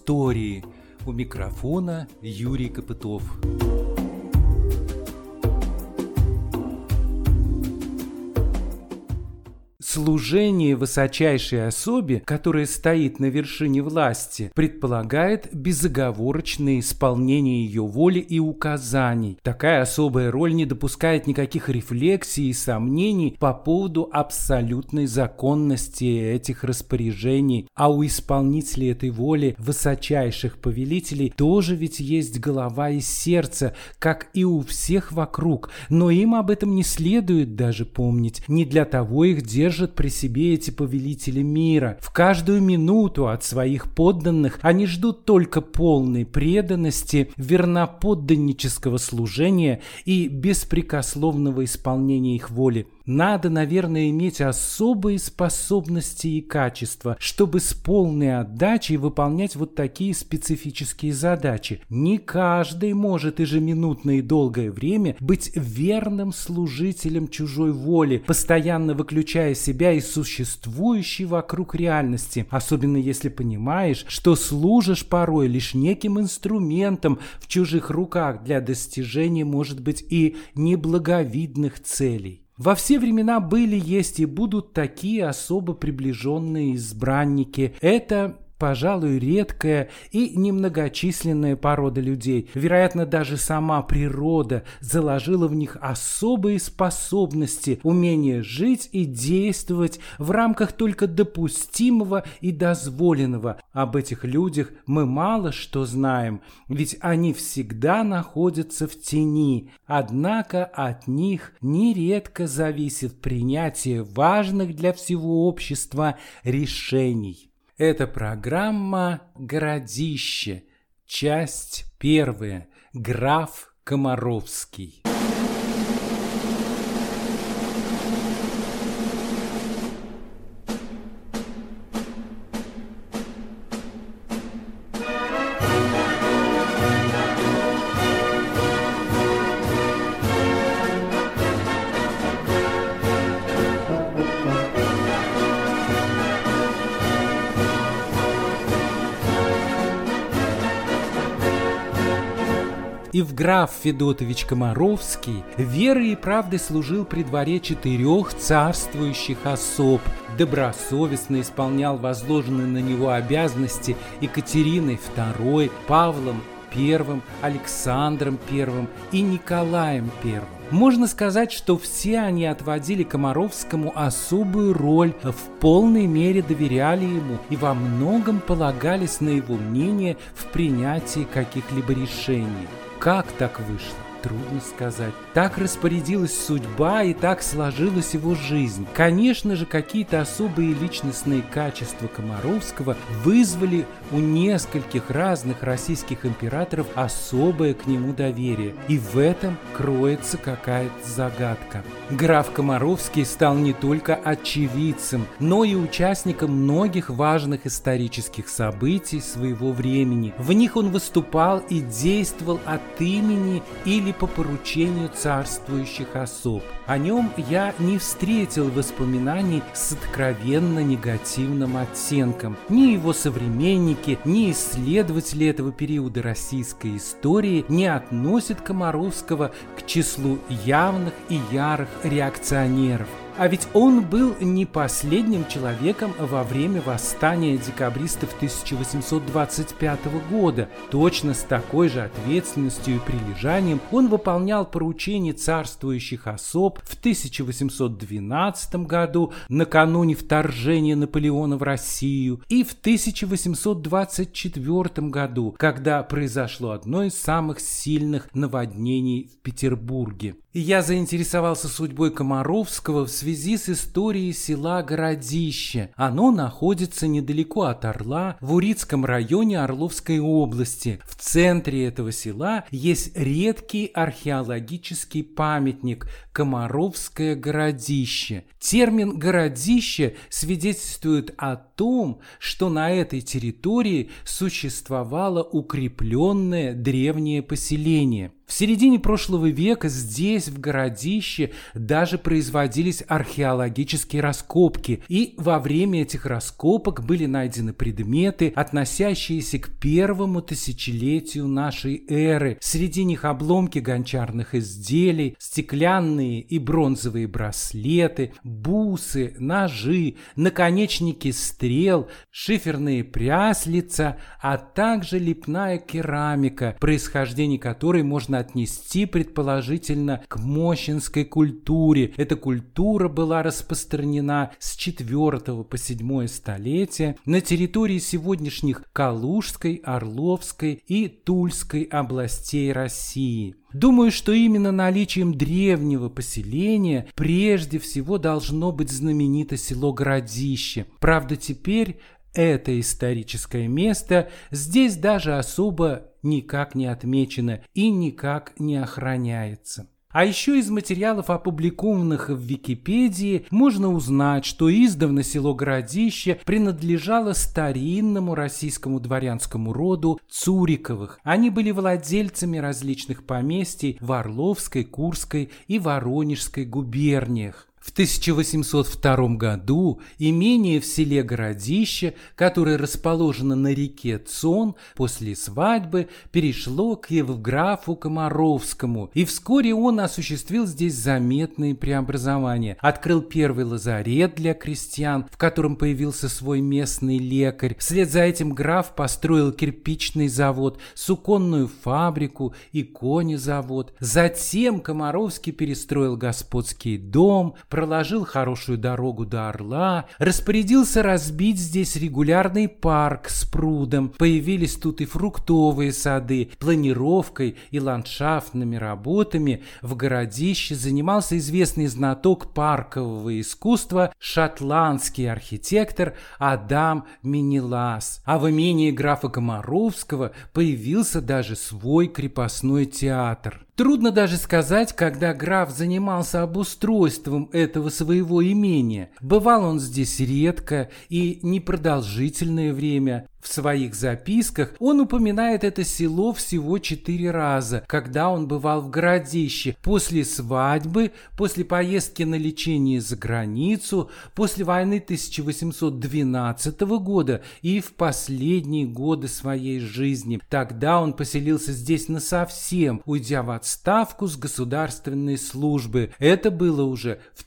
истории. У микрофона Юрий Копытов. Служение высочайшей особе, которая стоит на вершине власти, предполагает безоговорочное исполнение ее воли и указаний. Такая особая роль не допускает никаких рефлексий и сомнений по поводу абсолютной законности этих распоряжений. А у исполнителей этой воли, высочайших повелителей, тоже ведь есть голова и сердце, как и у всех вокруг. Но им об этом не следует даже помнить. Не для того их держат при себе эти повелители мира. В каждую минуту от своих подданных они ждут только полной преданности, верноподданнического служения и беспрекословного исполнения их воли. Надо, наверное, иметь особые способности и качества, чтобы с полной отдачей выполнять вот такие специфические задачи. Не каждый может ежеминутно и долгое время быть верным служителем чужой воли, постоянно выключая себя из существующей вокруг реальности, особенно если понимаешь, что служишь порой лишь неким инструментом в чужих руках для достижения, может быть, и неблаговидных целей. Во все времена были, есть и будут такие особо приближенные избранники. Это, пожалуй, редкая и немногочисленная порода людей. Вероятно, даже сама природа заложила в них особые способности, умение жить и действовать в рамках только допустимого и дозволенного. Об этих людях мы мало что знаем, ведь они всегда находятся в тени. Однако от них нередко зависит принятие важных для всего общества решений. Это программа «Городище», часть 1. Граф Комаровский. Евграф Федотович Комаровский верой и правдой служил при дворе 4 царствующих особ, добросовестно исполнял возложенные на него обязанности Екатериной II, Павлом I, Александром I и Николаем I. Можно сказать, что все они отводили Комаровскому особую роль, в полной мере доверяли ему и во многом полагались на его мнение в принятии каких-либо решений. Как так вышло? Трудно сказать. Так распорядилась судьба и так сложилась его жизнь. Конечно же, какие-то особые личностные качества Комаровского вызвали у нескольких разных российских императоров особое к нему доверие. И в этом кроется какая-то загадка. Граф Комаровский стал не только очевидцем, но и участником многих важных исторических событий своего времени. В них он выступал и действовал от имени или по поручению царствующих особ. О нем я не встретил воспоминаний с откровенно негативным оттенком. Ни его современники, ни исследователи этого периода российской истории не относят Комаровского к числу явных и ярых реакционеров. А ведь он был не последним человеком во время восстания декабристов 1825 года. Точно с такой же ответственностью и прилежанием он выполнял поручения царствующих особ в 1812 году, накануне вторжения Наполеона в Россию, и в 1824 году, когда произошло одно из самых сильных наводнений в Петербурге. И я заинтересовался судьбой Комаровского в связи с историей села Городище. Оно находится недалеко от Орла, в Урицком районе Орловской области. В центре этого села есть редкий археологический памятник – Комаровское городище. Термин «городище» свидетельствует о том, что на этой территории существовало укрепленное древнее поселение. В середине прошлого века здесь, в городище, даже производились археологические раскопки, и во время этих раскопок были найдены предметы, относящиеся к первому тысячелетию нашей эры. Среди них обломки гончарных изделий, стеклянные и бронзовые браслеты, бусы, ножи, наконечники стрел, шиферные пряслица, а также лепная керамика, происхождение которой можно отнести предположительно к мощинской культуре. Эта культура была распространена с 4 по 7 столетия на территории сегодняшних Калужской, Орловской и Тульской областей России. Думаю, что именно наличием древнего поселения прежде всего должно быть знаменито село Городище. Правда, теперь это историческое место здесь даже особо никак не отмечено и никак не охраняется. А еще из материалов, опубликованных в Википедии, можно узнать, что издавна село Городище принадлежало старинному российскому дворянскому роду Цуриковых. Они были владельцами различных поместий в Орловской, Курской и Воронежской губерниях. В 1802 году имение в селе Городище, которое расположено на реке Цон, после свадьбы перешло к Евграфу Комаровскому, и вскоре он осуществил здесь заметные преобразования. Открыл первый лазарет для крестьян, в котором появился свой местный лекарь. Вслед за этим граф построил кирпичный завод, суконную фабрику и конезавод. Затем Комаровский перестроил господский дом, проложил хорошую дорогу до Орла, распорядился разбить здесь регулярный парк с прудом. Появились тут и фруктовые сады. Планировкой и ландшафтными работами в Городище занимался известный знаток паркового искусства, шотландский архитектор Адам Менелас. А в имении графа Комаровского появился даже свой крепостной театр. Трудно даже сказать, когда граф занимался обустройством этого своего имения. Бывал он здесь редко и непродолжительное время. В своих записках он упоминает это село всего 4 раза, когда он бывал в Городище: после свадьбы, после поездки на лечение за границу, после войны 1812 года и в последние годы своей жизни. Тогда он поселился здесь насовсем, уйдя в отставку с государственной службы. Это было уже в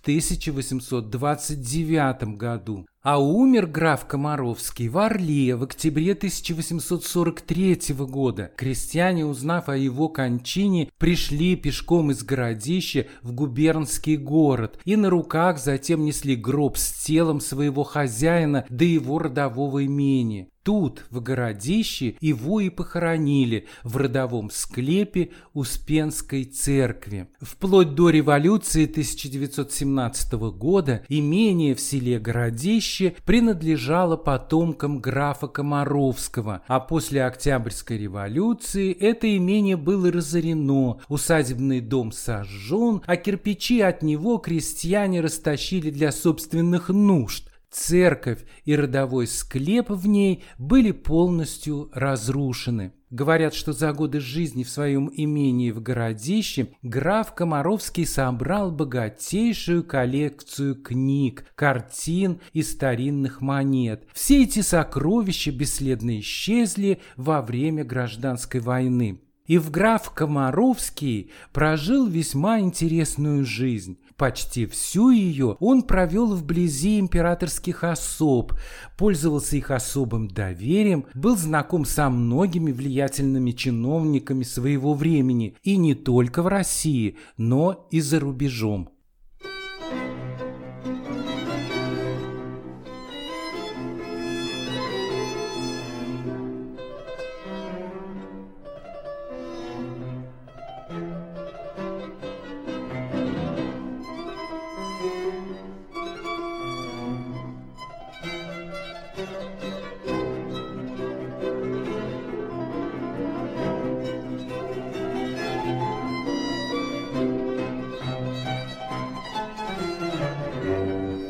1829 году. А умер граф Комаровский в Орле в октябре 1843 года. Крестьяне, узнав о его кончине, пришли пешком из Городища в губернский город и на руках затем несли гроб с телом своего хозяина до его родового имения. Тут, в Городище, его и похоронили в родовом склепе Успенской церкви. Вплоть до революции 1917 года имение в селе Городище принадлежало потомкам графа Комаровского, а после Октябрьской революции это имение было разорено, усадебный дом сожжен, а кирпичи от него крестьяне растащили для собственных нужд. Церковь и родовой склеп в ней были полностью разрушены. Говорят, что за годы жизни в своем имении в Городище граф Комаровский собрал богатейшую коллекцию книг, картин и старинных монет. Все эти сокровища бесследно исчезли во время гражданской войны. И граф Комаровский прожил весьма интересную жизнь. Почти всю ее он провел вблизи императорских особ, пользовался их особым доверием, был знаком со многими влиятельными чиновниками своего времени, и не только в России, но и за рубежом.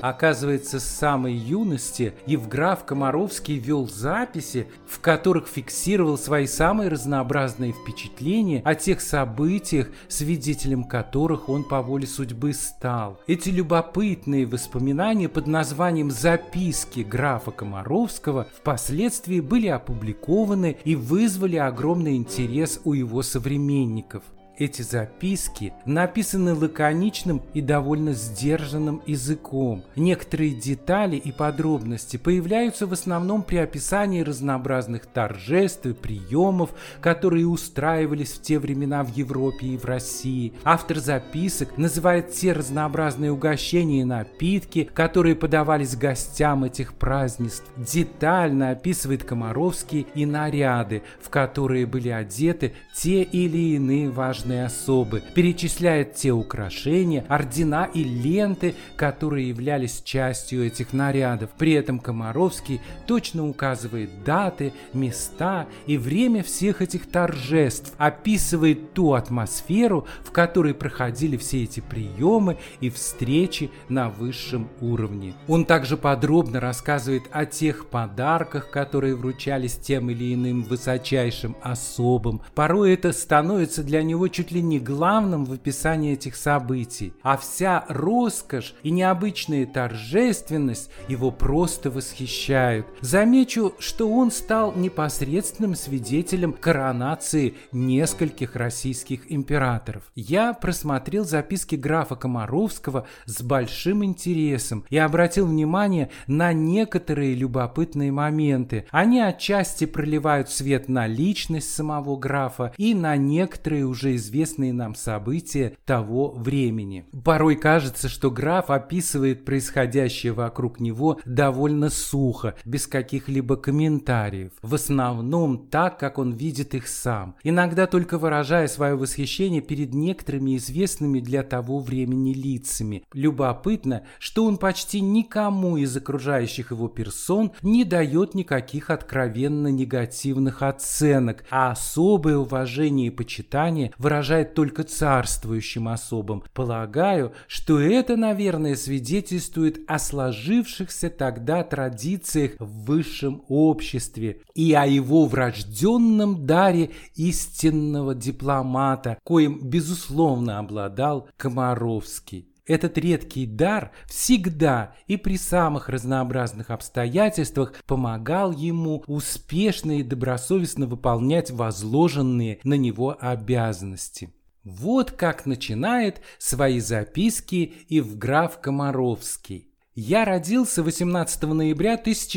Оказывается, с самой юности Евграф Комаровский вел записи, в которых фиксировал свои самые разнообразные впечатления о тех событиях, свидетелем которых он по воле судьбы стал. Эти любопытные воспоминания под названием «Записки графа Комаровского» впоследствии были опубликованы и вызвали огромный интерес у его современников. Эти записки написаны лаконичным и довольно сдержанным языком. Некоторые детали и подробности появляются в основном при описании разнообразных торжеств и приемов, которые устраивались в те времена в Европе и в России. Автор записок называет те разнообразные угощения и напитки, которые подавались гостям этих празднеств. Детально описывает Комаровский и наряды, в которые были одеты те или иные важные особы, перечисляет те украшения, ордена и ленты, которые являлись частью этих нарядов. При этом Комаровский точно указывает даты, места и время всех этих торжеств, описывает ту атмосферу, в которой проходили все эти приемы и встречи на высшем уровне. Он также подробно рассказывает о тех подарках, которые вручались тем или иным высочайшим особам. Порой это становится для него чуть ли не главным в описании этих событий, а вся роскошь и необычная торжественность его просто восхищают. Замечу, что он стал непосредственным свидетелем коронации нескольких российских императоров. Я просмотрел записки графа Комаровского с большим интересом и обратил внимание на некоторые любопытные моменты. Они отчасти проливают свет на личность самого графа и на некоторые уже известные нам события того времени. Порой кажется, что граф описывает происходящее вокруг него довольно сухо, без каких-либо комментариев. В основном так, как он видит их сам. Иногда только выражая свое восхищение перед некоторыми известными для того времени лицами. Любопытно, что он почти никому из окружающих его персон не дает никаких откровенно негативных оценок, а особое уважение и почитание выражает только царствующим особам. Полагаю, что это, наверное, свидетельствует о сложившихся тогда традициях в высшем обществе и о его врожденном даре истинного дипломата, коим, безусловно, обладал Комаровский. Этот редкий дар всегда и при самых разнообразных обстоятельствах помогал ему успешно и добросовестно выполнять возложенные на него обязанности. Вот как начинает свои записки Евграф Комаровский. Я родился 18 ноября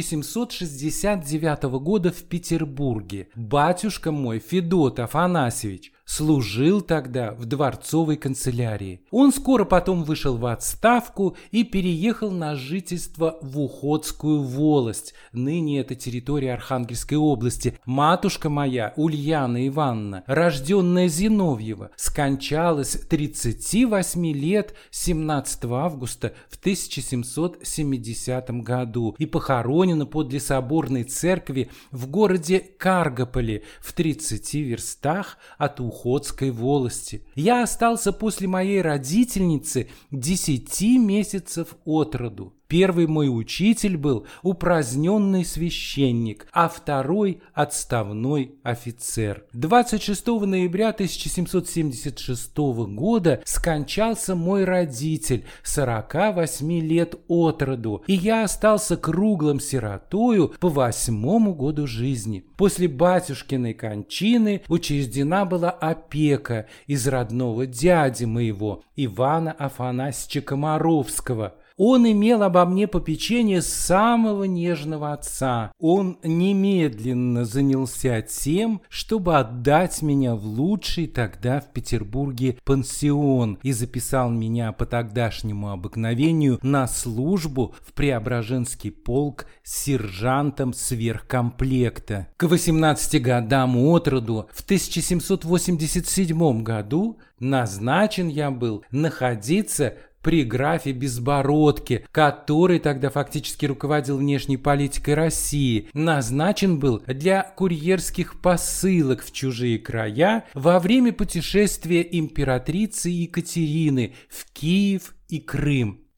1769 года в Петербурге. Батюшка мой, Федот Афанасьевич, служил тогда в дворцовой канцелярии. Он скоро потом вышел в отставку и переехал на жительство в Уходскую волость. Ныне это территория Архангельской области. Матушка моя, Ульяна Ивановна, рожденная Зиновьева, скончалась 38 лет 17 августа в 1770 году и похоронена подле соборной церкви в городе Каргополе в 30 верстах от Уходской волости. Я остался после моей родительницы 10 месяцев от роду. Первый мой учитель был упраздненный священник, а второй – отставной офицер. 26 ноября 1776 года скончался мой родитель, 48 лет от роду, и я остался круглым сиротою по 8-му году жизни. После батюшкиной кончины учреждена была опека из родного дяди моего, Ивана Афанасьевича Комаровского. Он имел обо мне попечение самого нежного отца. Он немедленно занялся тем, чтобы отдать меня в лучший тогда в Петербурге пансион и записал меня по тогдашнему обыкновению на службу в Преображенский полк с сержантом сверхкомплекта. К 18 годам от роду в 1787 году назначен я был находиться при графе Безбородке, который тогда фактически руководил внешней политикой России, назначен был для курьерских посылок в чужие края во время путешествия императрицы Екатерины в Киев и Крым.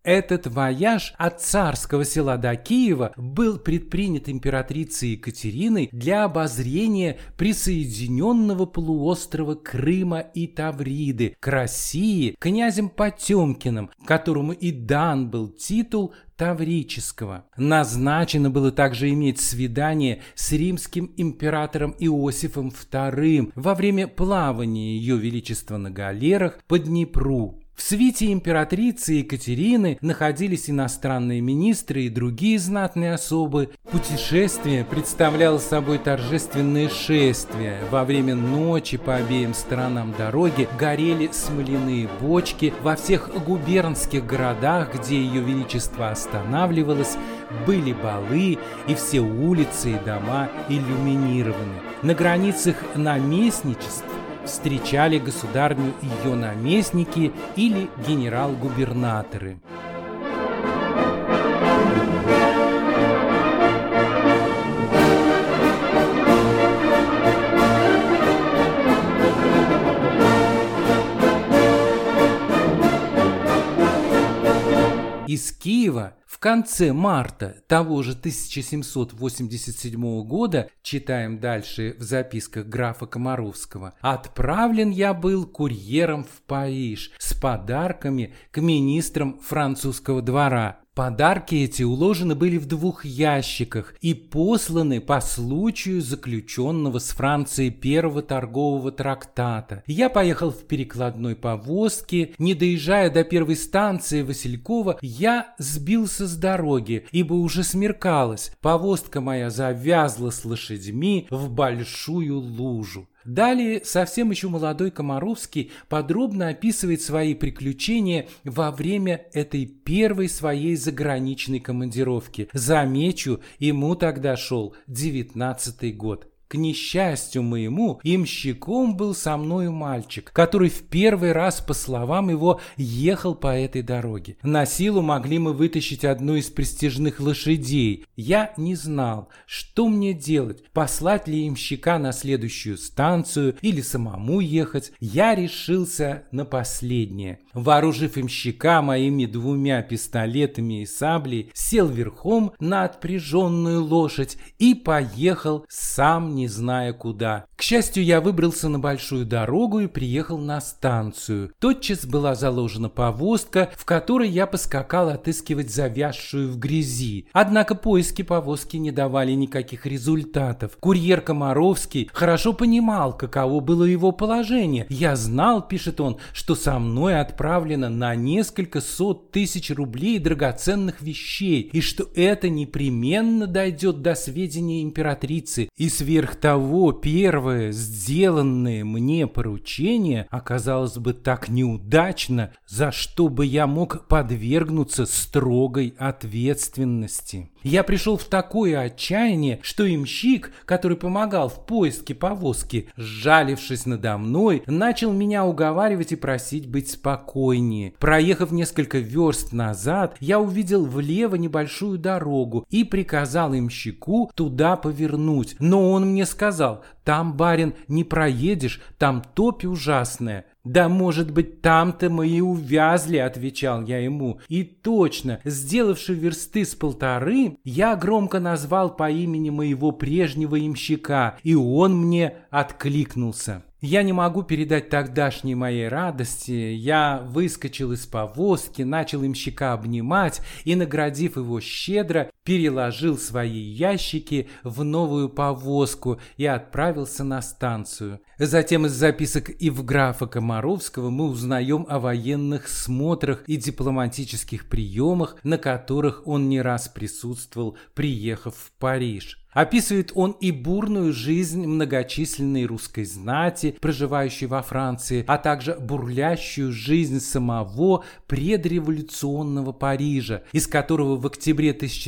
Этот вояж от царского села до Киева был предпринят императрицей Екатериной для обозрения присоединенного полуострова Крыма и Тавриды к России князем Потемкиным, которому и дан был титул Таврического. Назначено было также иметь свидание с римским императором Иосифом II во время плавания Ее Величества на галерах по Днепру. В свите императрицы Екатерины находились иностранные министры и другие знатные особы. Путешествие представляло собой торжественное шествие. Во время ночи по обеим сторонам дороги горели смоляные бочки. Во всех губернских городах, где Ее Величество останавливалось, были балы, и все улицы и дома иллюминированы. На границах наместничеств встречали государню ее наместники или генерал-губернаторы. Из Киева в конце марта того же 1787 года, читаем дальше в записках графа Комаровского, отправлен я был курьером в Париж с подарками к министрам французского двора. Подарки эти уложены были в 2 ящиках и посланы по случаю заключенного с Францией первого торгового трактата. Я поехал в перекладной повозке. Не доезжая до первой станции Василькова, я сбился с дороги, ибо уже смеркалось. Повозка моя завязла с лошадьми в большую лужу. Далее совсем еще молодой Комаровский подробно описывает свои приключения во время этой первой своей заграничной командировки. Замечу, ему тогда шел 19-й год. К несчастью моему, имщиком был со мною мальчик, который в первый раз, по словам его, ехал по этой дороге. На силу могли мы вытащить одну из престижных лошадей. Я не знал, что мне делать, послать ли имщика на следующую станцию или самому ехать. Я решился на последнее. Вооружив имщика моими 2 пистолетами и саблей, сел верхом на отпряженную лошадь и поехал сам не зная куда. К счастью, я выбрался на большую дорогу и приехал на станцию. Тотчас была заложена повозка, в которой я поскакал отыскивать завязшую в грязи. Однако поиски повозки не давали никаких результатов. Курьер Комаровский хорошо понимал, каково было его положение. «Я знал, — пишет он, — что со мной отправлено на несколько сот тысяч рублей драгоценных вещей, и что это непременно дойдет до сведения императрицы, и сверх того, первое сделанное мне поручение оказалось бы так неудачно, за что бы я мог подвергнуться строгой ответственности». Я пришел в такое отчаяние, что имщик, который помогал в поиске повозки, сжалившись надо мной, начал меня уговаривать и просить быть спокойнее. Проехав несколько верст назад, я увидел влево небольшую дорогу и приказал имщику туда повернуть. Но он мне сказал: «Там, барин, не проедешь, там топь ужасная». «Да, может быть, там-то мы и увязли», — отвечал я ему. И точно, сделавши версты с 1,5, я громко назвал по имени моего прежнего имщика, и он мне откликнулся. Я не могу передать тогдашней моей радости. Я выскочил из повозки, начал имщика обнимать и, наградив его щедро, переложил свои ящики в новую повозку и отправился на станцию. Затем из записок Евграфа Комаровского мы узнаем о военных смотрах и дипломатических приемах, на которых он не раз присутствовал, приехав в Париж. Описывает он и бурную жизнь многочисленной русской знати, проживающей во Франции, а также бурлящую жизнь самого предреволюционного Парижа, из которого в октябре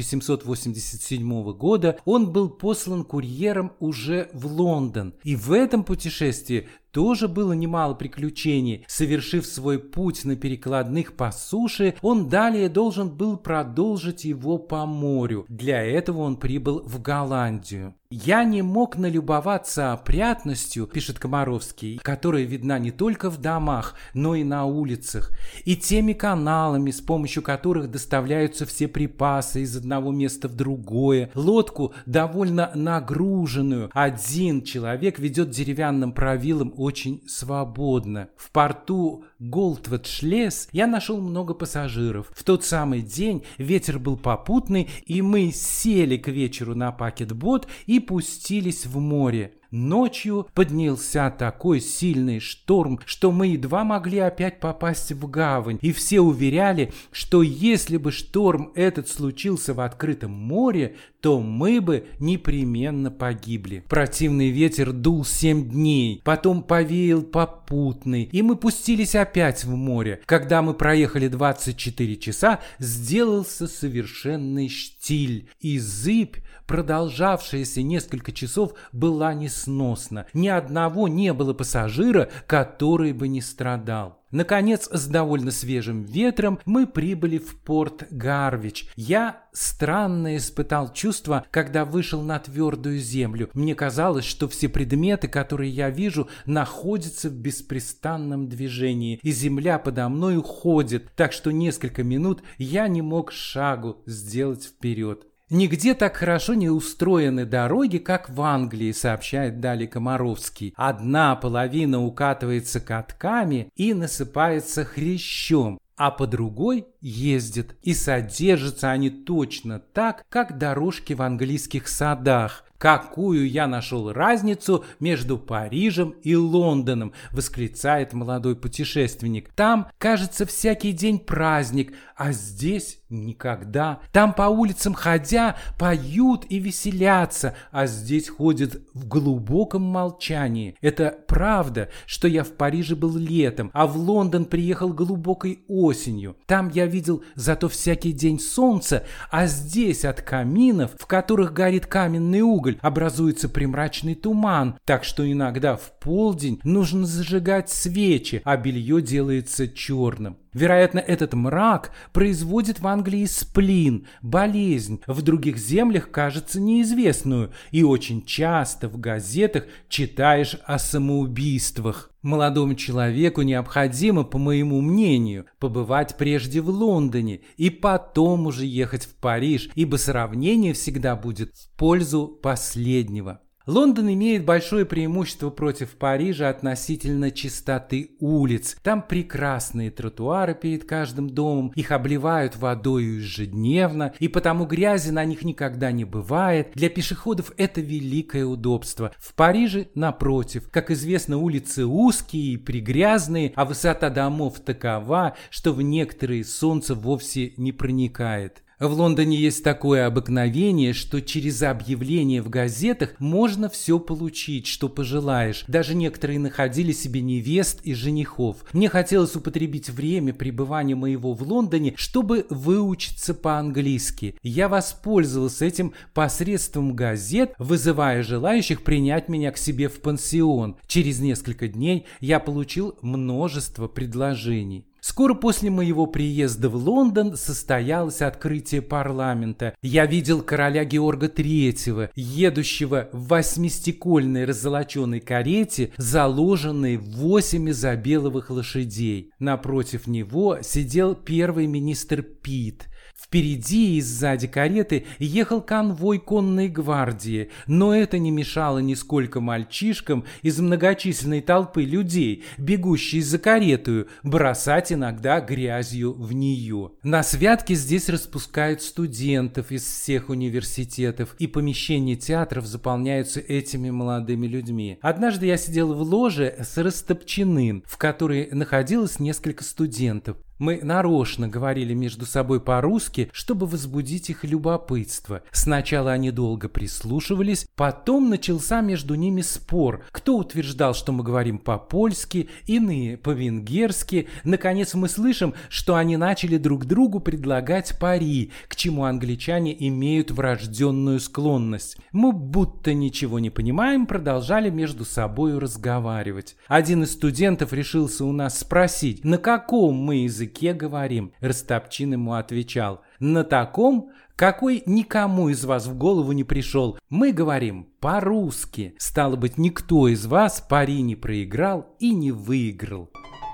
1787 года он был послан курьером уже в Лондон. И в этом путешествии тоже было немало приключений. Совершив свой путь на перекладных по суше, он далее должен был продолжить его по морю. Для этого он прибыл в Голландию. Я не мог налюбоваться опрятностью, пишет Комаровский, которая видна не только в домах, но и на улицах, и теми каналами, с помощью которых доставляются все припасы из одного места в другое. Лодку, довольно нагруженную, один человек ведет деревянным правилом очень свободно. В порту Голдведшлес я нашел много пассажиров. В тот самый день ветер был попутный, и мы сели к вечеру на пакетбот и пустились в море. Ночью поднялся такой сильный шторм, что мы едва могли опять попасть в гавань, и все уверяли, что если бы шторм этот случился в открытом море, то мы бы непременно погибли. Противный ветер дул 7 дней, потом повеял попутный, и мы пустились опять в море. Когда мы проехали 24 часа, сделался совершенный штиль, и зыбь, продолжавшаяся несколько часов, была несносна. Ни одного не было пассажира, который бы не страдал. Наконец, с довольно свежим ветром мы прибыли в порт Гарвич. Я странно испытал чувство, когда вышел на твердую землю. Мне казалось, что все предметы, которые я вижу, находятся в беспрестанном движении, и земля подо мной уходит, так что несколько минут я не мог шагу сделать вперед. Нигде так хорошо не устроены дороги, как в Англии, сообщает далее Комаровский. Одна половина укатывается катками и насыпается хрящом, а по другой ездит. И содержатся они точно так, как дорожки в английских садах. «Какую я нашел разницу между Парижем и Лондоном!» — восклицает молодой путешественник. «Там, кажется, всякий день праздник, а здесь никогда. Там по улицам ходя поют и веселятся, а здесь ходят в глубоком молчании. Это правда, что я в Париже был летом, а в Лондон приехал глубокой осенью. Там я видел зато всякий день солнце, а здесь от каминов, в которых горит каменный уголь, образуется примрачный туман, так что иногда в полдень нужно зажигать свечи, а белье делается черным. Вероятно, этот мрак производит в Англии сплин, болезнь, в других землях, кажется, неизвестную, и очень часто в газетах читаешь о самоубийствах. Молодому человеку необходимо, по моему мнению, побывать прежде в Лондоне и потом уже ехать в Париж, ибо сравнение всегда будет в пользу последнего. Лондон имеет большое преимущество против Парижа относительно чистоты улиц. Там прекрасные тротуары перед каждым домом, их обливают водой ежедневно, и потому грязи на них никогда не бывает. Для пешеходов это великое удобство. В Париже, напротив, как известно, улицы узкие и пригрязные, а высота домов такова, что в некоторые солнце вовсе не проникает. В Лондоне есть такое обыкновение, что через объявления в газетах можно все получить, что пожелаешь. Даже некоторые находили себе невест и женихов. Мне хотелось употребить время пребывания моего в Лондоне, чтобы выучиться по-английски. Я воспользовался этим посредством газет, вызывая желающих принять меня к себе в пансион. Через несколько дней я получил множество предложений. Скоро после моего приезда в Лондон состоялось открытие парламента. Я видел короля Георга III, едущего в 8-стекольной раззолоченной карете, заложенной 8 изобеловых лошадей. Напротив него сидел первый министр Питт. Впереди и сзади кареты ехал конвой конной гвардии, но это не мешало нисколько мальчишкам из многочисленной толпы людей, бегущей за каретою, бросать иногда грязью в нее. На святке здесь распускают студентов из всех университетов, и помещения театров заполняются этими молодыми людьми. Однажды я сидел в ложе с Растопчиным, в которой находилось несколько студентов. Мы нарочно говорили между собой по-русски, чтобы возбудить их любопытство. Сначала они долго прислушивались, потом начался между ними спор. Кто утверждал, что мы говорим по-польски, иные по-венгерски. Наконец мы слышим, что они начали друг другу предлагать пари, к чему англичане имеют врожденную склонность. Мы будто ничего не понимаем, продолжали между собой разговаривать. Один из студентов решился у нас спросить, на каком мы языке говорим. Растопчин ему отвечал: на таком, какой никому из вас в голову не пришел. Мы говорим по-русски. Стало быть, никто из вас пари не проиграл и не выиграл.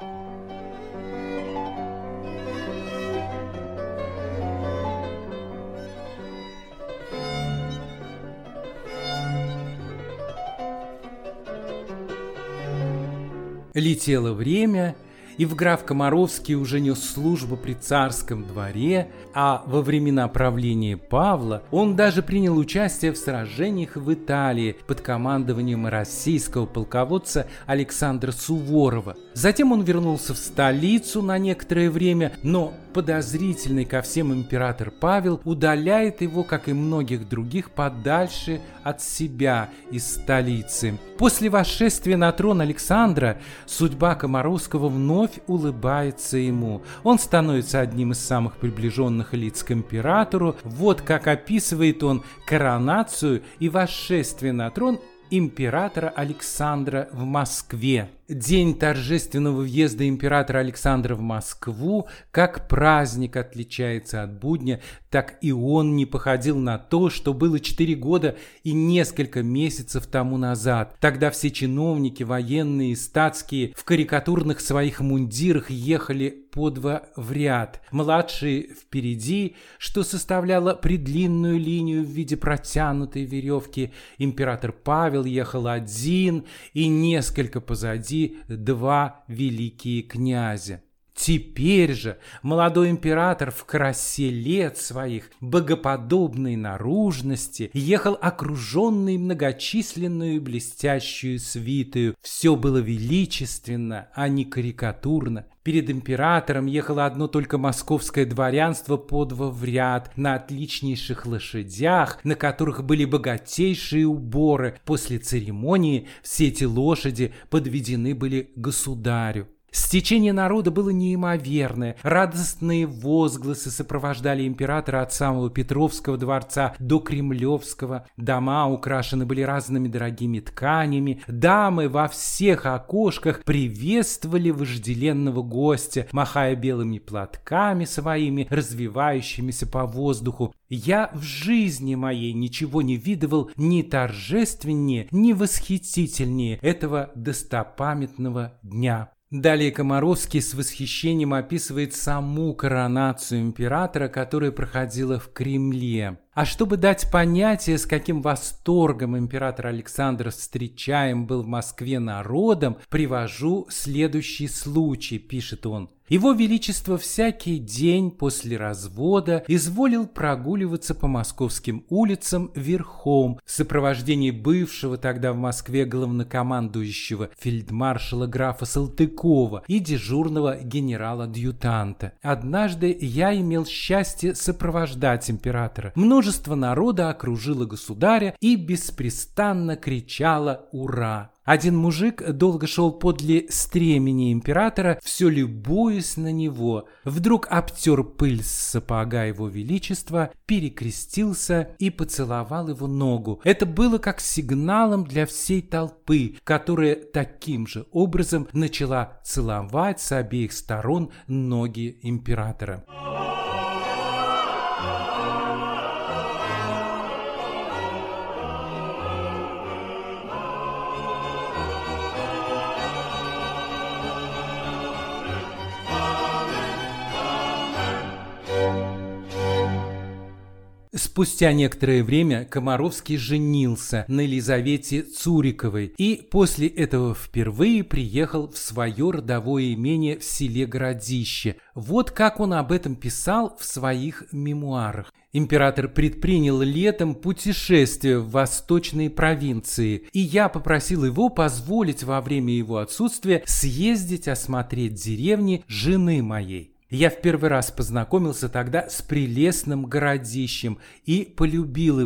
Летело время, и граф Комаровский уже нес службу при царском дворе, а во времена правления Павла он даже принял участие в сражениях в Италии под командованием российского полководца Александра Суворова. Затем он вернулся в столицу на некоторое время, но подозрительный ко всем император Павел удаляет его, как и многих других, подальше от себя из столицы. После восшествия на трон Александра судьба Комаровского вновь улыбается ему. Он становится одним из самых приближенных лиц к императору. Вот как описывает он коронацию и восшествие на трон императора Александра в Москве. День торжественного въезда императора Александра в Москву как праздник отличается от будня, так и он не походил на то, что было 4 года и несколько месяцев тому назад. Тогда все чиновники, военные и статские в карикатурных своих мундирах ехали по два в ряд. Младшие впереди, что составляло предлинную линию в виде протянутой веревки. Император Павел ехал один и несколько позади 2 великие князя. Теперь же молодой император в красе лет своих, богоподобной наружности, ехал окруженный многочисленную и блестящую свитою. Все было величественно, а не карикатурно. Перед императором ехало одно только московское дворянство по 2 в ряд на отличнейших лошадях, на которых были богатейшие уборы. После церемонии все эти лошади подведены были государю. Стечение народа было неимоверное. Радостные возгласы сопровождали императора от самого Петровского дворца до Кремлевского. Дома украшены были разными дорогими тканями. Дамы во всех окошках приветствовали вожделенного гостя, махая белыми платками своими, развивающимися по воздуху. Я в жизни моей ничего не видывал ни торжественнее, ни восхитительнее этого достопамятного дня. Далее Комаровский с восхищением описывает саму коронацию императора, которая проходила в Кремле. А чтобы дать понятие, с каким восторгом император Александр встречаем был в Москве народом, привожу следующий случай, пишет он. Его Величество всякий день после развода изволил прогуливаться по московским улицам верхом в сопровождении бывшего тогда в Москве главнокомандующего фельдмаршала графа Салтыкова и дежурного генерала-адъютанта. Однажды я имел счастье сопровождать императора. Множество народа окружило государя и беспрестанно кричало «Ура!». Один мужик долго шел подле стремени императора, все любуясь на него. Вдруг обтер пыль с сапога его величества, перекрестился и поцеловал его ногу. Это было как сигналом для всей толпы, которая таким же образом начала целовать с обеих сторон ноги императора. Спустя некоторое время Комаровский женился на Елизавете Цуриковой и после этого впервые приехал в свое родовое имение в селе Городище. Вот как он об этом писал в своих мемуарах. Император предпринял летом путешествие в восточные провинции, и я попросил его позволить во время его отсутствия съездить осмотреть деревни жены моей. Я в первый раз познакомился тогда с прелестным Городищем и полюбил его.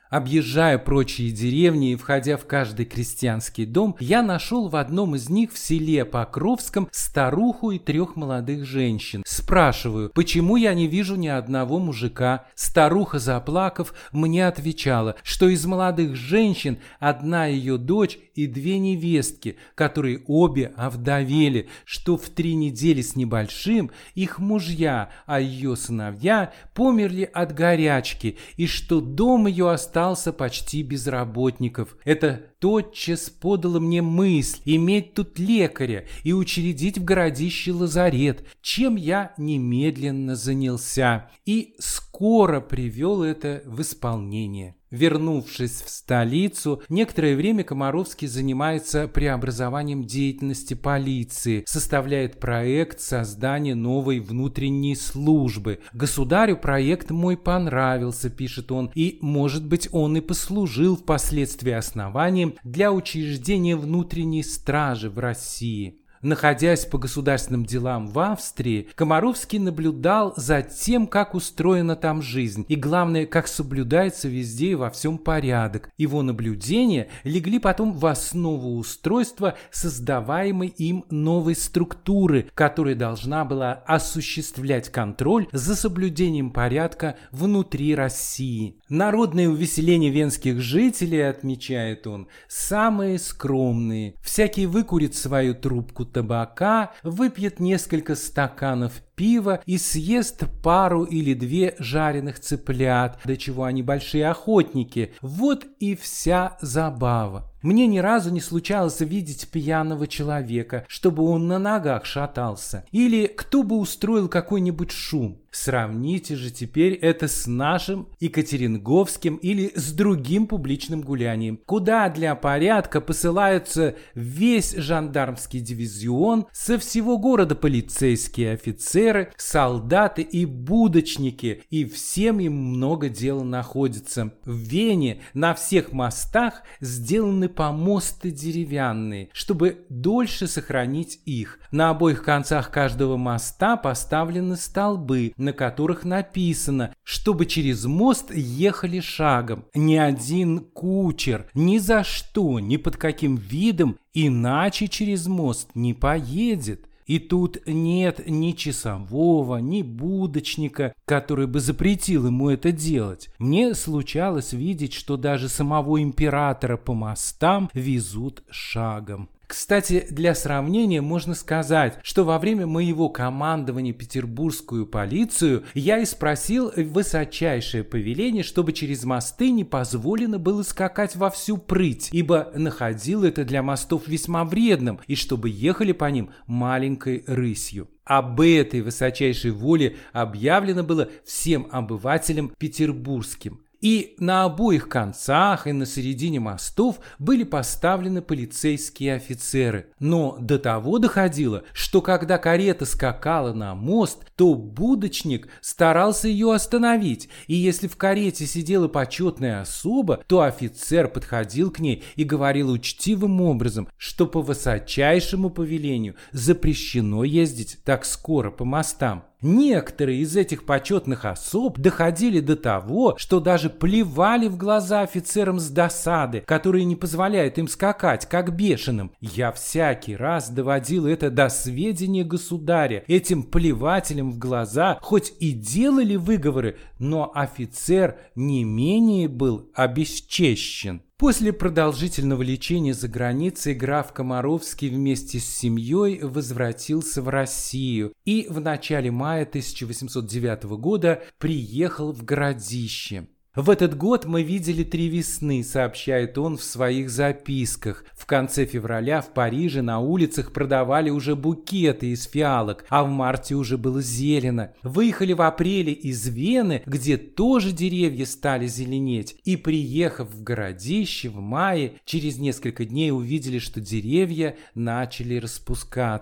Объезжая прочие деревни и входя в каждый крестьянский дом, я нашел в одном из них в селе Покровском старуху и 3 молодых женщин. Спрашиваю, почему я не вижу ни одного мужика. Старуха, заплакав, мне отвечала, что из молодых женщин одна ее дочь и 2 невестки, которые обе овдовели, что в 3 недели с небольшим их мужья, а ее сыновья померли от горячки, и что дом ее остался почти без работников. Это тотчас подало мне мысль иметь тут лекаря и учредить в городище лазарет, чем я немедленно занялся и скоро привел это в исполнение. Вернувшись в столицу, некоторое время Комаровский занимается преобразованием деятельности полиции, составляет проект создания новой внутренней службы. «Государю проект мой понравился», пишет он, и, может быть, он и послужил впоследствии основанием для учреждения внутренней стражи в России. Находясь по государственным делам в Австрии, Комаровский наблюдал за тем, как устроена там жизнь, и главное, как соблюдается везде и во всем порядок. Его наблюдения легли потом в основу устройства создаваемой им новой структуры, которая должна была осуществлять контроль за соблюдением порядка внутри России. Народные увеселения венских жителей, отмечает он, самые скромные. Всякий выкурит свою трубку табака, выпьет несколько стаканов пива и съест пару или 2 жареных цыплят, до чего они большие охотники. Вот и вся забава. Мне ни разу не случалось видеть пьяного человека, чтобы он на ногах шатался, или кто бы устроил какой-нибудь шум. Сравните же теперь это с нашим екатеринговским или с другим публичным гулянием, куда для порядка посылаются весь жандармский дивизион, со всего города полицейские офицеры, солдаты и будочники, и всем им много дела находится. В Вене на всех мостах сделаны помосты деревянные, чтобы дольше сохранить их. На обоих концах каждого моста поставлены столбы, на которых написано, чтобы через мост ехали шагом. Ни один кучер ни за что, ни под каким видом иначе через мост не поедет. И тут нет ни часового, ни будочника, который бы запретил ему это делать. Мне случалось видеть, что даже самого императора по мостам везут шагом. Кстати, для сравнения можно сказать, что во время моего командования петербургскую полицию я и спросил высочайшее повеление, чтобы через мосты не позволено было скакать во всю прыть, ибо находил это для мостов весьма вредным, и чтобы ехали по ним маленькой рысью. Об этой высочайшей воле объявлено было всем обывателям петербургским. И на обоих концах и на середине мостов были поставлены полицейские офицеры. Но до того доходило, что когда карета скакала на мост, то будочник старался ее остановить. И если в карете сидела почетная особа, то офицер подходил к ней и говорил учтивым образом, что по высочайшему повелению запрещено ездить так скоро по мостам. Некоторые из этих почетных особ доходили до того, что даже плевали в глаза офицерам с досады, которые не позволяют им скакать, как бешеным. Я всякий раз доводил это до сведения государя. Этим плевателям в глаза хоть и делали выговоры, но офицер не менее был обесчещен. После продолжительного лечения за границей граф Комаровский вместе с семьей возвратился в Россию и в начале мая 1809 года приехал в Городище. В этот год мы видели 3 весны, сообщает он в своих записках. В конце февраля в Париже на улицах продавали уже букеты из фиалок, а в марте уже было зелено. Выехали в апреле из Вены, где тоже деревья стали зеленеть. И, приехав в Городище в мае, через несколько дней увидели, что деревья начали распускаться.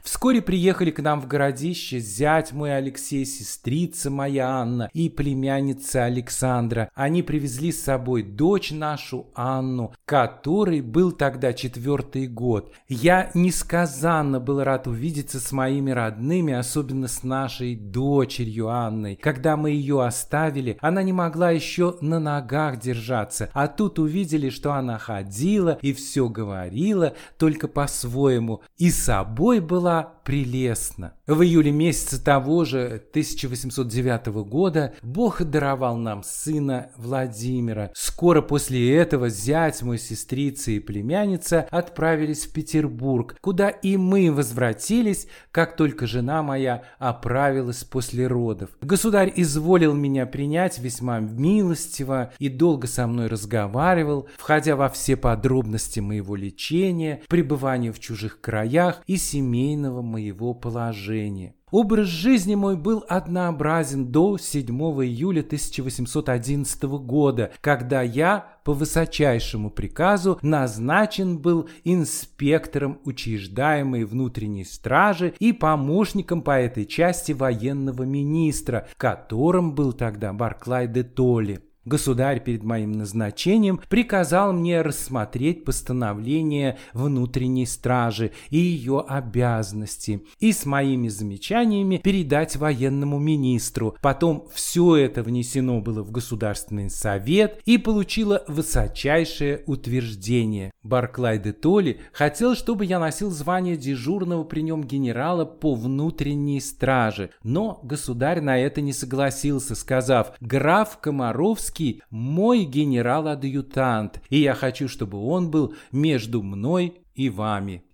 Вскоре приехали к нам в городище зять мой Алексей, сестрица моя Анна и племянница Александра. Они привезли с собой дочь нашу Анну, которой был тогда 4-й год. Я несказанно был рад увидеться с моими родными, особенно с нашей дочерью Анной. Когда мы ее оставили, она не могла еще на ногах держаться, а тут увидели, что она ходила и все говорила, только по-своему, и собой была прелестна. В июле месяце того же 1809 года Бог даровал нам сына Владимира. Скоро после этого зять мой, сестрица и племянница отправились в Петербург, куда и мы возвратились, как только жена моя оправилась после родов. Государь изволил меня принять весьма милостиво и долго со мной разговаривал, входя во все подробности моего лечения, пребывания в чужих краях и семейного моего положения. Образ жизни мой был однообразен до 7 июля 1811 года, когда я по высочайшему приказу назначен был инспектором учреждаемой внутренней стражи и помощником по этой части военного министра, которым был тогда Барклай де Толли. Государь перед моим назначением приказал мне рассмотреть постановление внутренней стражи и ее обязанности и с моими замечаниями передать военному министру. Потом все это внесено было в Государственный совет и получило высочайшее утверждение. Барклай де Толли хотел, чтобы я носил звание дежурного при нем генерала по внутренней страже, но государь на это не согласился, сказав: «Граф Комаровский мой генерал-адъютант, и я хочу, чтобы он был между мной и вами».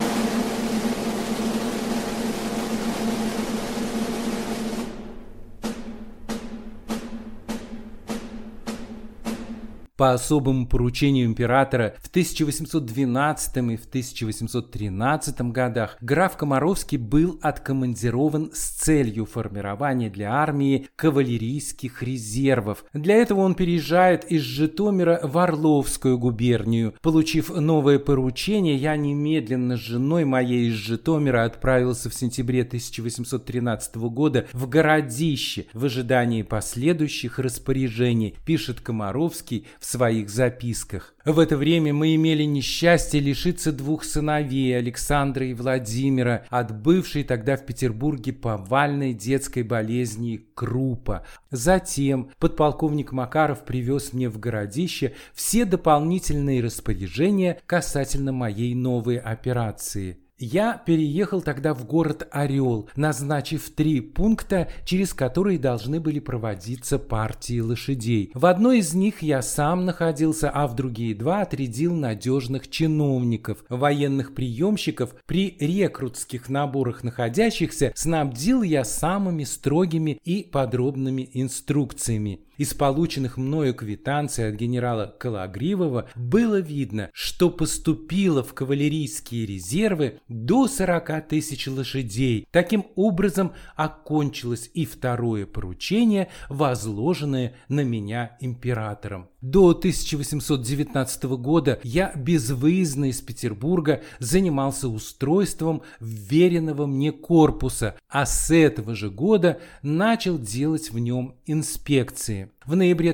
По особому поручению императора в 1812 и в 1813 годах граф Комаровский был откомандирован с целью формирования для армии кавалерийских резервов. Для этого он переезжает из Житомира в Орловскую губернию. Получив новое поручение, я немедленно с женой моей из Житомира отправился в сентябре 1813 года в городище в ожидании последующих распоряжений, пишет Комаровский в своих записках. В это время мы имели несчастье лишиться 2 сыновей, Александра и Владимира, от бывшей тогда в Петербурге повальной детской болезни крупа. Затем подполковник Макаров привез мне в городище все дополнительные распоряжения касательно моей новой операции. Я переехал тогда в город Орел, назначив 3 пункта, через которые должны были проводиться партии лошадей. В одной из них я сам находился, а в другие 2 отрядил надежных чиновников. Военных приемщиков, при рекрутских наборах находящихся, снабдил я самыми строгими и подробными инструкциями. Из полученных мною квитанций от генерала Кологривова было видно, что поступило в кавалерийские резервы до 40 тысяч лошадей. Таким образом окончилось и второе поручение, возложенное на меня императором. До 1819 года я безвыездно из Петербурга занимался устройством вверенного мне корпуса, а с этого же года начал делать в нем инспекции. В ноябре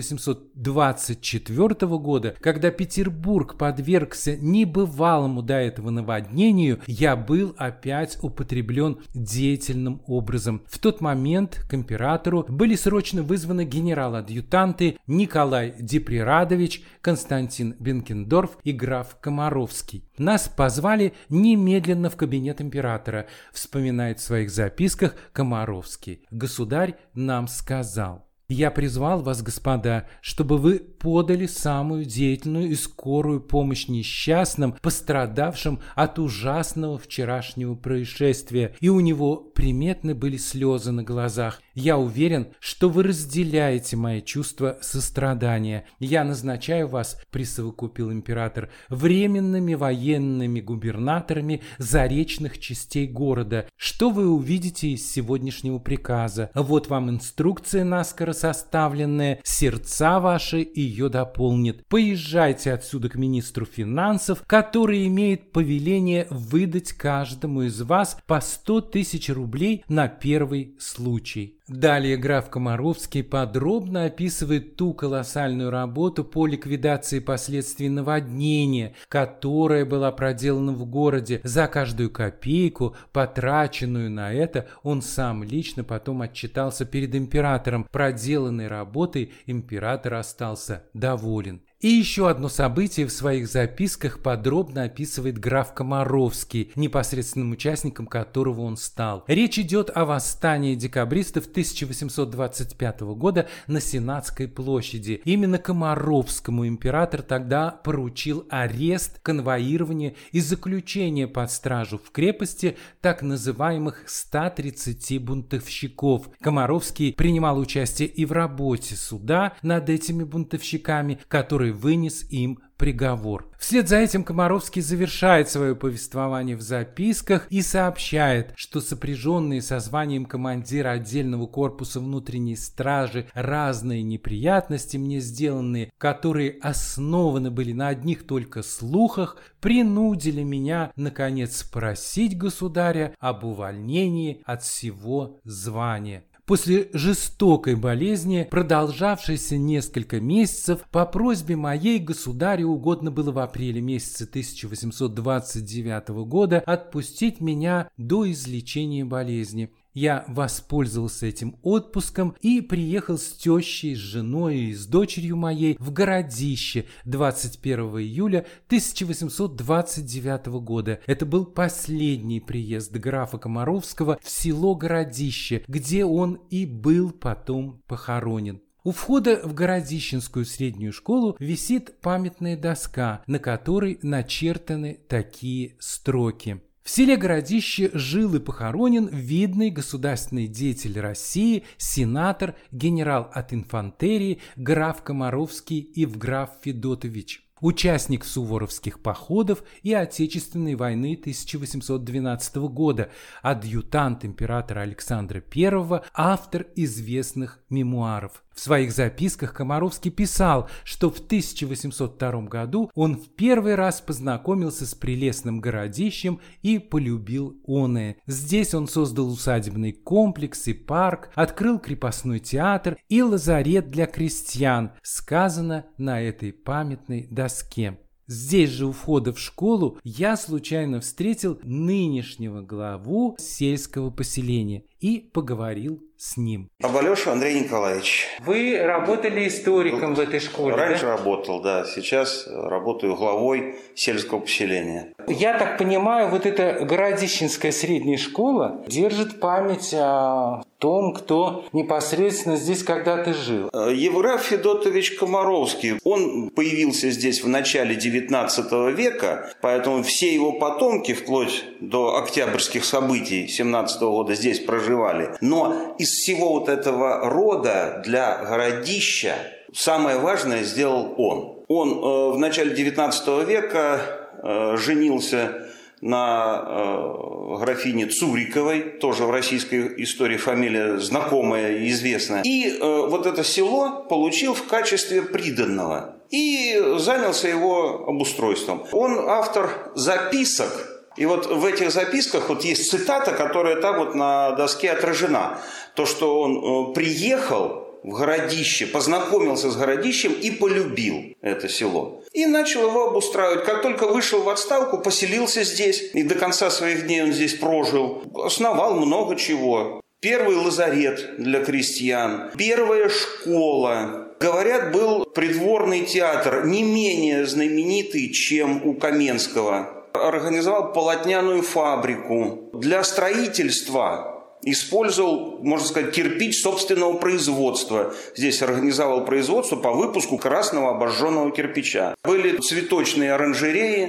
1824 года, когда Петербург подвергся небывалому до этого наводнению, я был опять употреблен деятельным образом. В тот момент к императору были срочно вызваны генерал-адъютанты Николай Деприрадович, Константин Бенкендорф и граф Комаровский. Нас позвали немедленно в кабинет императора, вспоминает в своих записках Комаровский. Государь нам сказал: «Я призвал вас, господа, чтобы вы подали самую деятельную и скорую помощь несчастным, пострадавшим от ужасного вчерашнего происшествия». И у него приметны были слезы на глазах. Я уверен, что вы разделяете мои чувства сострадания. Я назначаю вас, присовокупил император, временными военными губернаторами заречных частей города. Что вы увидите из сегодняшнего приказа? Вот вам инструкция наскоро составленная, сердца ваши ее дополнит. Поезжайте отсюда к министру финансов, который имеет повеление выдать каждому из вас по 100 тысяч рублей на первый случай. Далее граф Комаровский подробно описывает ту колоссальную работу по ликвидации последствий наводнения, которая была проделана в городе. За каждую копейку, потраченную на это, он сам лично потом отчитался перед императором. Проделанной работой император остался доволен. И еще одно событие в своих записках подробно описывает граф Комаровский, непосредственным участником которого он стал. Речь идет о восстании декабристов 1825 года на Сенатской площади. Именно Комаровскому император тогда поручил арест, конвоирование и заключение под стражу в крепости так называемых 130 бунтовщиков. Комаровский принимал участие и в работе суда над этими бунтовщиками, который вынес им приговор. Вслед за этим Комаровский завершает свое повествование в записках и сообщает, что сопряженные со званием командира отдельного корпуса внутренней стражи разные неприятности мне сделанные, которые основаны были на одних только слухах, принудили меня, наконец, просить государя об увольнении от всего звания. После жестокой болезни, продолжавшейся несколько месяцев, по просьбе моей государю угодно было в апреле месяце 1829 года отпустить меня до излечения болезни. Я воспользовался этим отпуском и приехал с тещей, с женой и с дочерью моей в Городище 21 июля 1829 года. Это был последний приезд графа Комаровского в село Городище, где он и был потом похоронен. У входа в Городищенскую среднюю школу висит памятная доска, на которой начертаны такие строки. В селе Городище жил и похоронен видный государственный деятель России, сенатор, генерал от инфантерии, граф Комаровский Евграф Федотович. Участник суворовских походов и Отечественной войны 1812 года, адъютант императора Александра I, автор известных мемуаров. В своих записках Комаровский писал, что в 1802 году он в первый раз познакомился с прелестным Городищем и полюбил оное. Здесь он создал усадебный комплекс и парк, открыл крепостной театр и лазарет для крестьян, сказано на этой памятной доске. Здесь же у входа в школу я случайно встретил нынешнего главу сельского поселения и поговорил с ним. Абалёша Андрей Николаевич. Вы работали историком в этой школе, Раньше да? работал, да. Сейчас работаю главой сельского поселения. Я так понимаю, вот эта Городищенская средняя школа держит память о том, кто непосредственно здесь когда-то жил. Евграф Федотович Комаровский, он появился здесь в начале XIX века, поэтому все его потомки, вплоть до октябрьских событий 17 года, здесь проживали. Но из всего вот этого рода для Городища самое важное сделал он. Он в начале XIX века женился на графине Цуриковой, тоже в российской истории фамилия знакомая и известная. И вот это село получил в качестве приданного и занялся его обустройством. Он автор записок. И вот в этих записках вот есть цитата, которая так вот на доске отражена. То, что он приехал в Городище, познакомился с Городищем и полюбил это село. И начал его обустраивать. Как только вышел в отставку, поселился здесь. И до конца своих дней он здесь прожил. Основал много чего. Первый лазарет для крестьян. Первая школа. Говорят, был придворный театр, не менее знаменитый, чем у Каменского. Организовал полотняную фабрику. Для строительства использовал, можно сказать, кирпич собственного производства. Здесь организовал производство по выпуску красного обожженного кирпича. Были цветочные оранжереи,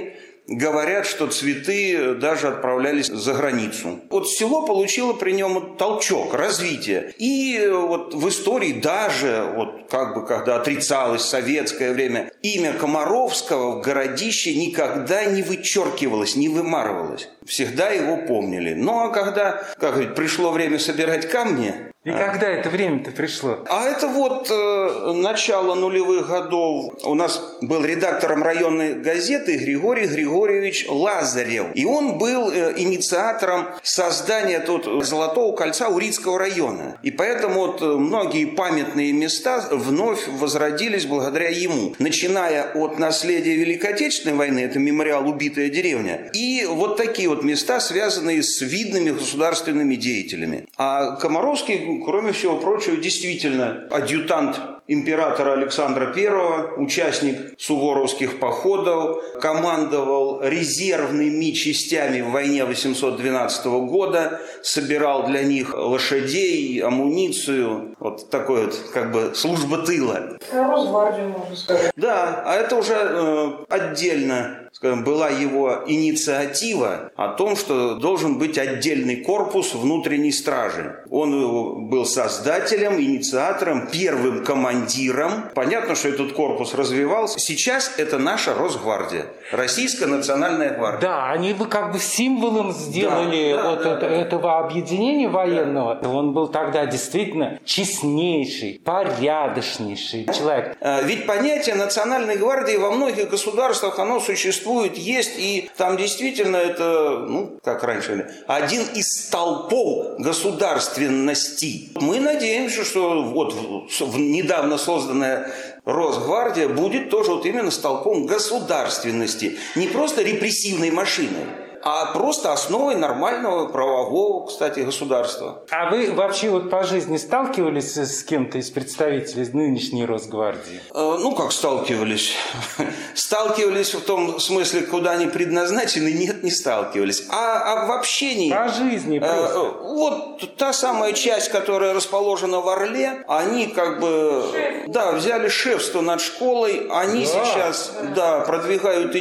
Говорят, что цветы даже отправлялись за границу. Вот село получило при нем толчок, развитие. И вот в истории даже, вот как бы когда отрицалось советское время, имя Комаровского в городище никогда не вычеркивалось, не вымарывалось. Всегда его помнили. Ну а когда, как говорить, пришло время собирать камни... И когда это время-то пришло? А это вот начало нулевых годов. У нас был редактором районной газеты Григорий Григорьевич Лазарев. И он был инициатором создания тут Золотого кольца Урицкого района. И поэтому вот многие памятные места вновь возродились благодаря ему. Начиная от наследия Великой Отечественной войны, это мемориал «Убитая деревня», и вот такие вот места, связанные с видными государственными деятелями. А Комаровский, кроме всего прочего, действительно адъютант императора Александра I, участник суворовских походов, командовал резервными частями в войне 812 года, собирал для них лошадей, амуницию, вот такой вот как бы служба тыла. Росгвардию, можно сказать. Да, а это уже отдельно, скажем, была его инициатива о том, что должен быть отдельный корпус внутренней стражи. Он был создателем, инициатором, первым командиром. Понятно, что этот корпус развивался. Сейчас это наша Росгвардия, Российская национальная гвардия. Да, они бы как бы символом сделали этого объединения военного. Он был тогда действительно честнейший, порядочнейший человек. Ведь понятие национальной гвардии во многих государствах оно существует, есть, и там действительно это, как раньше, один из столпов государственности. Мы надеемся, что вот недавно созданная Росгвардия будет тоже вот именно столпом государственности. Не просто репрессивной машиной, а просто основой нормального правового, кстати, государства. А вы вообще вот по жизни сталкивались с кем-то из представителей нынешней Росгвардии? Как сталкивались? Сталкивались в том смысле, куда они предназначены? Нет, не сталкивались. А в общении... По жизни просто. Вот та самая часть, которая расположена в Орле, они как бы... Да, взяли шефство над школой. Они сейчас продвигают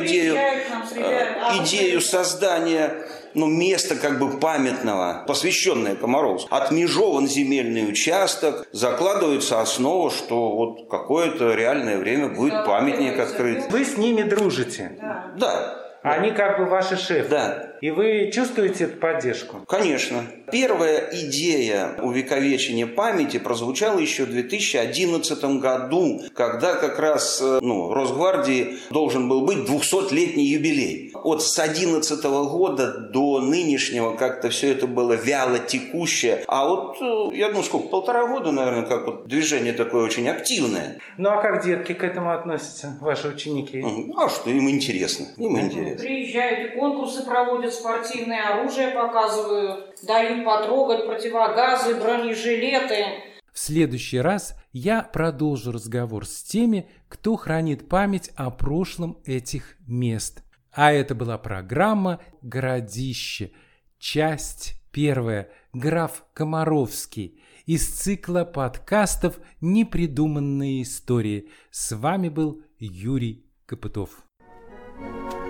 идею создания место как бы памятного, посвященное Комаровскому. Отмежован земельный участок, закладывается основа, что вот какое-то реальное время будет памятник открыт. Вы с ними дружите? Да. Они как бы ваши шефы? Да. И вы чувствуете эту поддержку? Конечно. Первая идея увековечения памяти прозвучала еще в 2011 году, когда как раз Росгвардии должен был быть 200-летний юбилей. Вот с 2011 года до нынешнего как-то все это было вяло текущее. А вот, я думаю, полтора года, наверное, как вот движение такое очень активное. Ну а как детки к этому относятся, ваши ученики? А что, им интересно. Приезжают и конкурсы проводят, спортивное оружие показывают, дают потрогать противогазы, бронежилеты. В следующий раз я продолжу разговор с теми, кто хранит память о прошлом этих мест. А это была программа «Городище», часть 1, граф Комаровский, из цикла подкастов «Непридуманные истории». С вами был Юрий Копытов.